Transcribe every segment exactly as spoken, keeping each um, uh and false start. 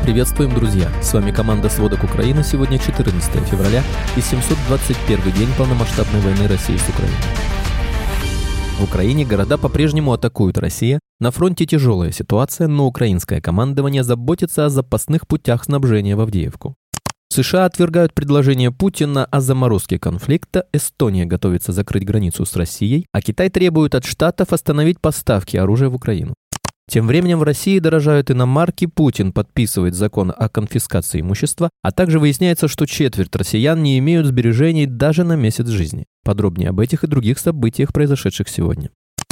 Приветствуем, друзья! С вами команда «Сводок Украины». Сегодня четырнадцатое февраля и семьсот двадцать первый день полномасштабной войны России с Украиной. В Украине города по-прежнему атакует Россия. На фронте тяжелая ситуация, но украинское командование заботится о запасных путях снабжения в Авдеевку. США отвергают предложение Путина о заморозке конфликта, Эстония готовится закрыть границу с Россией, а Китай требует от Штатов остановить поставки оружия в Украину. Тем временем в России дорожают иномарки, Путин подписывает закон о конфискации имущества, а также выясняется, что четверть россиян не имеют сбережений даже на месяц жизни. Подробнее об этих и других событиях, произошедших сегодня.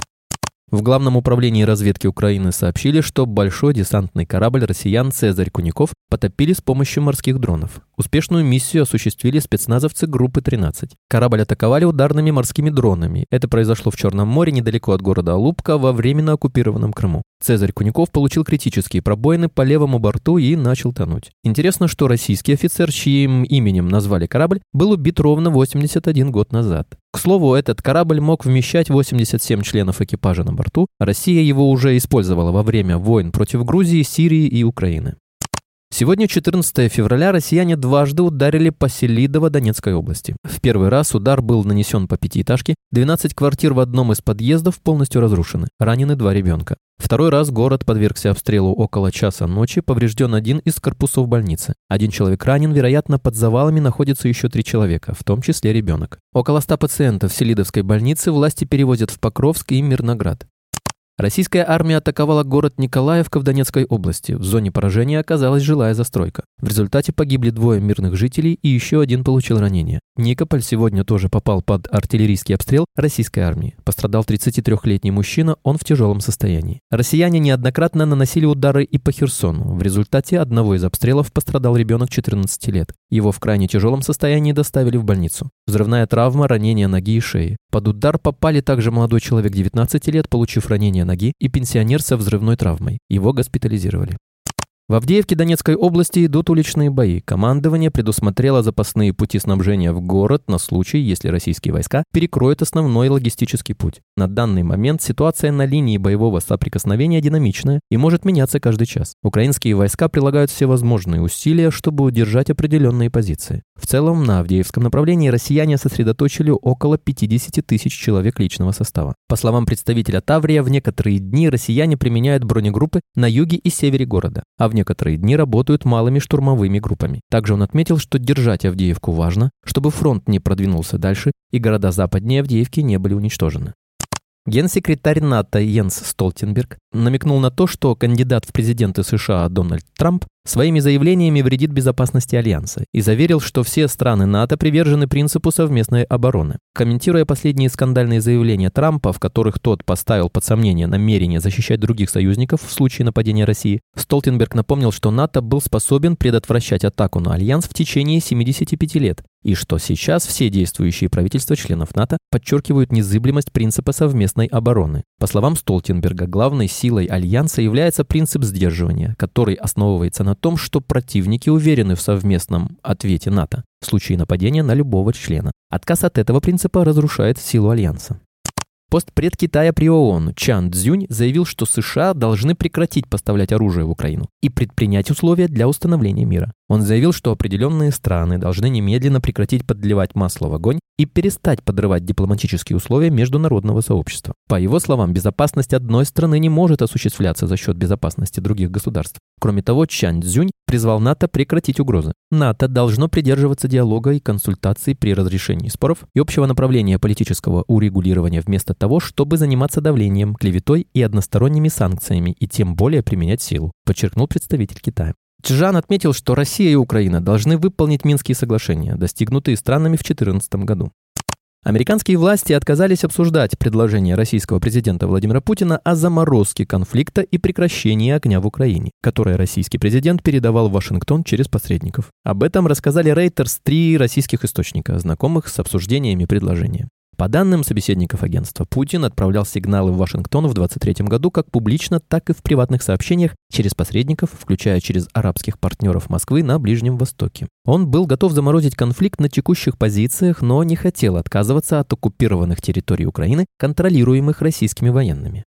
В Главном управлении разведки Украины сообщили, что большой десантный корабль россиян «Цезарь Куняков» потопили с помощью морских дронов. Успешную миссию осуществили спецназовцы группы тринадцать. Корабль атаковали ударными морскими дронами. Это произошло в Черном море, недалеко от города Алупка, во временно оккупированном Крыму. «Цезарь Куняков» получил критические пробоины по левому борту и начал тонуть. Интересно, что российский офицер, чьим именем назвали корабль, был убит ровно восемьдесят один год назад. К слову, этот корабль мог вмещать восемьдесят семь членов экипажа на борту. Россия его уже использовала во время войн против Грузии, Сирии и Украины. Сегодня, четырнадцатое февраля, россияне дважды ударили по Селидово Донецкой области. В первый раз удар был нанесен по пятиэтажке, двенадцать квартир в одном из подъездов полностью разрушены, ранены два ребенка. Второй раз город подвергся обстрелу около часа ночи, поврежден один из корпусов больницы. Один человек ранен, вероятно, под завалами находится еще три человека, в том числе ребенок. Около ста пациентов в Селидовской больнице власти перевозят в Покровск и Мирноград. Российская армия атаковала город Николаевка в Донецкой области. В зоне поражения оказалась жилая застройка. В результате погибли двое мирных жителей и еще один получил ранение. Никополь сегодня тоже попал под артиллерийский обстрел российской армии. Пострадал тридцатитрёхлетний мужчина, он в тяжелом состоянии. Россияне неоднократно наносили удары и по Херсону. В результате одного из обстрелов пострадал ребенок четырнадцати лет. Его в крайне тяжелом состоянии доставили в больницу. Взрывная травма, ранение ноги и шеи. Под удар попали также молодой человек девятнадцати лет, получив ранение ноги, и пенсионер со взрывной травмой. Его госпитализировали. В Авдеевке Донецкой области идут уличные бои. Командование предусмотрело запасные пути снабжения в город на случай, если российские войска перекроют основной логистический путь. На данный момент ситуация на линии боевого соприкосновения динамичная и может меняться каждый час. Украинские войска прилагают все возможные усилия, чтобы удержать определенные позиции. В целом, на Авдеевском направлении россияне сосредоточили около пятидесяти тысяч человек личного состава. По словам представителя Таврия, в некоторые дни россияне применяют бронегруппы на юге и севере города, а в некоторые дни работают малыми штурмовыми группами. Также он отметил, что держать Авдеевку важно, чтобы фронт не продвинулся дальше и города западнее Авдеевки не были уничтожены. Генсекретарь НАТО Йенс Столтенберг намекнул на то, что кандидат в президенты США Дональд Трамп своими заявлениями вредит безопасности Альянса и заверил, что все страны НАТО привержены принципу совместной обороны. Комментируя последние скандальные заявления Трампа, в которых тот поставил под сомнение намерение защищать других союзников в случае нападения России, Столтенберг напомнил, что НАТО был способен предотвращать атаку на Альянс в течение семидесяти пяти лет, и что сейчас все действующие правительства членов НАТО подчеркивают незыблемость принципа совместной обороны. По словам Столтенберга, главной силой Альянса является принцип сдерживания, который основывается на том, что противники уверены в совместном ответе НАТО в случае нападения на любого члена. Отказ от этого принципа разрушает силу Альянса. Постпред Китая при ООН Чан Цзюнь заявил, что США должны прекратить поставлять оружие в Украину и предпринять условия для установления мира. Он заявил, что определенные страны должны немедленно прекратить подливать масло в огонь и перестать подрывать дипломатические условия международного сообщества. По его словам, безопасность одной страны не может осуществляться за счет безопасности других государств. Кроме того, Чан Цзюнь призвал НАТО прекратить угрозы. НАТО должно придерживаться диалога и консультаций при разрешении споров и общего направления политического урегулирования вместо того, чтобы заниматься давлением, клеветой и односторонними санкциями и тем более применять силу, подчеркнул представитель Китая. Чжан отметил, что Россия и Украина должны выполнить Минские соглашения, достигнутые странами в две тысячи четырнадцатом году. Американские власти отказались обсуждать предложение российского президента Владимира Путина о заморозке конфликта и прекращении огня в Украине, которое российский президент передавал в Вашингтон через посредников. Об этом рассказали Reuters три российских источника, знакомых с обсуждениями предложения. По данным собеседников агентства, Путин отправлял сигналы в Вашингтон в двадцать третьем году как публично, так и в приватных сообщениях через посредников, включая через арабских партнеров Москвы на Ближнем Востоке. Он был готов заморозить конфликт на текущих позициях, но не хотел отказываться от оккупированных территорий Украины, контролируемых российскими военными.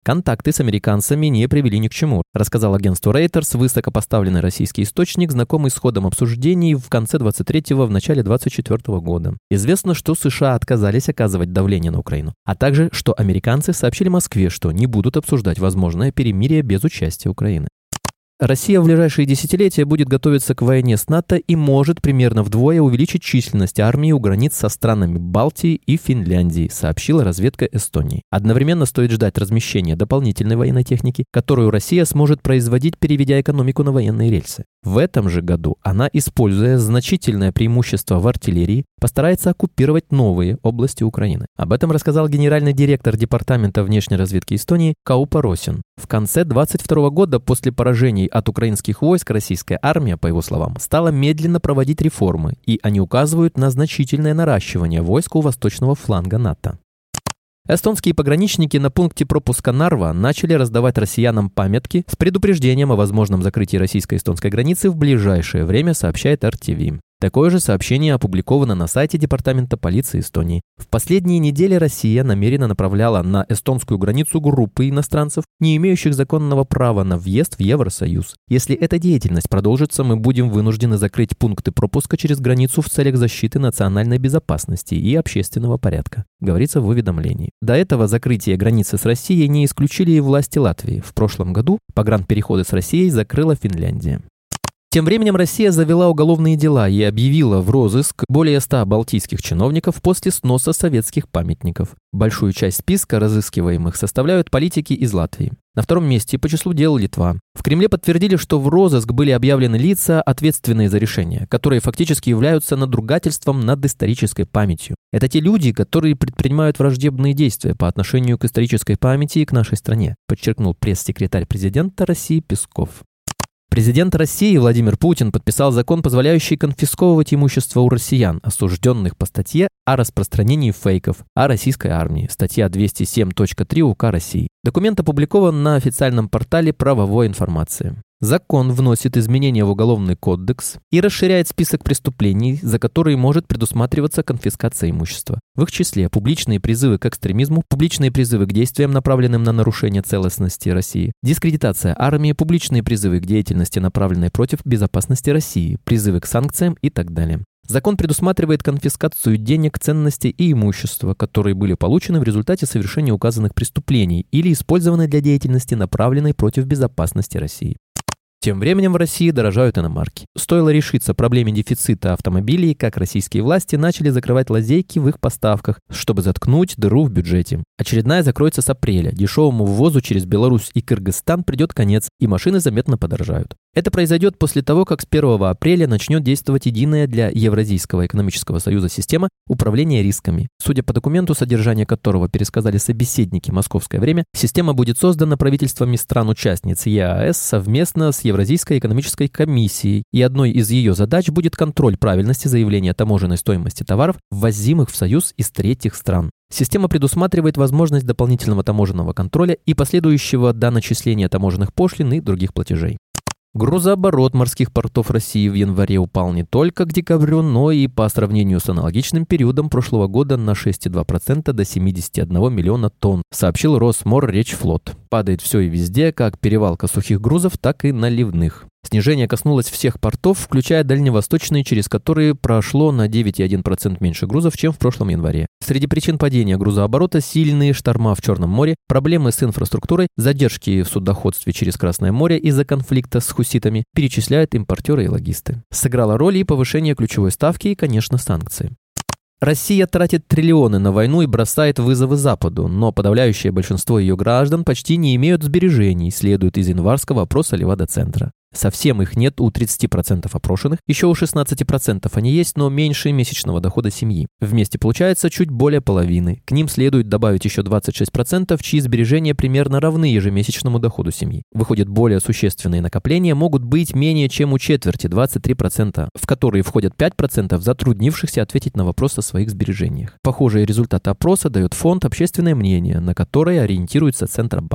Контакты с американцами не привели ни к чему, рассказал агентству Reuters высокопоставленный российский источник, знакомый с ходом обсуждений в конце двадцать третьего – в начале двадцать четвёртого года. Известно, что США отказались оказывать давление на Украину, а также, что американцы сообщили Москве, что не будут обсуждать возможное перемирие без участия Украины. Россия в ближайшие десятилетия будет готовиться к войне с НАТО и может примерно вдвое увеличить численность армии у границ со странами Балтии и Финляндии, сообщила разведка Эстонии. Одновременно стоит ждать размещения дополнительной военной техники, которую Россия сможет производить, переведя экономику на военные рельсы. В этом же году она, используя значительное преимущество в артиллерии, постарается оккупировать новые области Украины. Об этом рассказал генеральный директор Департамента внешней разведки Эстонии Каупа Росин. В конце двадцать второго года после поражений от украинских войск российская армия, по его словам, стала медленно проводить реформы, и они указывают на значительное наращивание войск у восточного фланга НАТО. Эстонские пограничники на пункте пропуска Нарва начали раздавать россиянам памятки с предупреждением о возможном закрытии российско-эстонской границы в ближайшее время, сообщает эр ти ви. Такое же сообщение опубликовано на сайте Департамента полиции Эстонии. В последние недели Россия намеренно направляла на эстонскую границу группы иностранцев, не имеющих законного права на въезд в Евросоюз. Если эта деятельность продолжится, мы будем вынуждены закрыть пункты пропуска через границу в целях защиты национальной безопасности и общественного порядка, говорится в уведомлении. До этого закрытие границы с Россией не исключили и власти Латвии. В прошлом году погранпереходы с Россией закрыла Финляндия. Тем временем Россия завела уголовные дела и объявила в розыск более ста балтийских чиновников после сноса советских памятников. Большую часть списка разыскиваемых составляют политики из Латвии. На втором месте по числу дел Литва. В Кремле подтвердили, что в розыск были объявлены лица, ответственные за решения, которые фактически являются надругательством над исторической памятью. Это те люди, которые предпринимают враждебные действия по отношению к исторической памяти и к нашей стране, подчеркнул пресс-секретарь президента России Песков. Президент России Владимир Путин подписал закон, позволяющий конфисковывать имущество у россиян, осужденных по статье о распространении фейков о российской армии, статья двести семь точка три УК России. Документ опубликован на официальном портале правовой информации. Закон вносит изменения в Уголовный кодекс и расширяет список преступлений, за которые может предусматриваться конфискация имущества. В их числе публичные призывы к экстремизму, публичные призывы к действиям, направленным на нарушение целостности России, дискредитация армии, публичные призывы к деятельности, направленной против безопасности России, призывы к санкциям и так далее. Закон предусматривает конфискацию денег, ценностей и имущества, которые были получены в результате совершения указанных преступлений или использованы для деятельности, направленной против безопасности России. Тем временем в России дорожают иномарки. Стоило решиться проблеме дефицита автомобилей, как российские власти начали закрывать лазейки в их поставках, чтобы заткнуть дыру в бюджете. Очередная закроется с апреля. Дешевому ввозу через Беларусь и Кыргызстан придет конец, и машины заметно подорожают. Это произойдет после того, как с первого апреля начнет действовать единая для Евразийского экономического союза система управления рисками. Судя по документу, содержание которого пересказали собеседники «Московское время», система будет создана правительствами стран-участниц ЕАЭС совместно с Евразийской экономической комиссией, и одной из ее задач будет контроль правильности заявления таможенной стоимости товаров, ввозимых в Союз из третьих стран. Система предусматривает возможность дополнительного таможенного контроля и последующего доначисления таможенных пошлин и других платежей. Грузооборот морских портов России в январе упал не только к декабрю, но и по сравнению с аналогичным периодом прошлого года на шесть целых две десятых процента до семидесяти одного миллиона тонн, сообщил Росморречфлот. Падает все и везде, как перевалка сухих грузов, так и наливных. Снижение коснулось всех портов, включая дальневосточные, через которые прошло на девять целых одна десятая процента меньше грузов, чем в прошлом январе. Среди причин падения грузооборота сильные шторма в Черном море, проблемы с инфраструктурой, задержки в судоходстве через Красное море из-за конфликта с хуситами, перечисляют импортеры и логисты. Сыграла роль и повышение ключевой ставки и, конечно, санкции. Россия тратит триллионы на войну и бросает вызовы Западу, но подавляющее большинство ее граждан почти не имеют сбережений, следует из январского опроса Левада-центра. Совсем их нет у тридцати процентов опрошенных, еще у шестнадцати процентов они есть, но меньше месячного дохода семьи. Вместе получается чуть более половины. К ним следует добавить еще двадцать шесть процентов, чьи сбережения примерно равны ежемесячному доходу семьи. Выходит, более существенные накопления могут быть менее чем у четверти, двадцать три процента, в которые входят пять процентов затруднившихся ответить на вопрос о своих сбережениях. Похожие результаты опроса дает фонд «Общественное мнение», на который ориентируется Центробанк.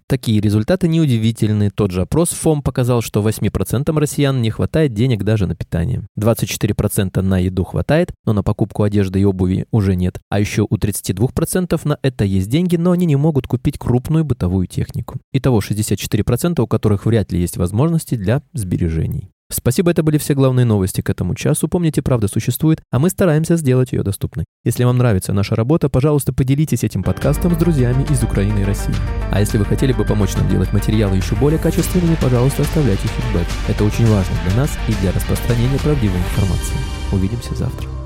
Такие результаты неудивительны. Тот же опрос ФОМ показал, что восемь процентов россиян не хватает денег даже на питание. двадцать четыре процента на еду хватает, но на покупку одежды и обуви уже нет. А еще у тридцати двух процентов на это есть деньги, но они не могут купить крупную бытовую технику. Итого шестьдесят четыре процента, у которых вряд ли есть возможности для сбережений. Спасибо, это были все главные новости к этому часу. Помните, правда существует, а мы стараемся сделать ее доступной. Если вам нравится наша работа, пожалуйста, поделитесь этим подкастом с друзьями из Украины и России. А если вы хотели бы помочь нам делать материалы еще более качественными, пожалуйста, оставляйте фидбэк. Это очень важно для нас и для распространения правдивой информации. Увидимся завтра.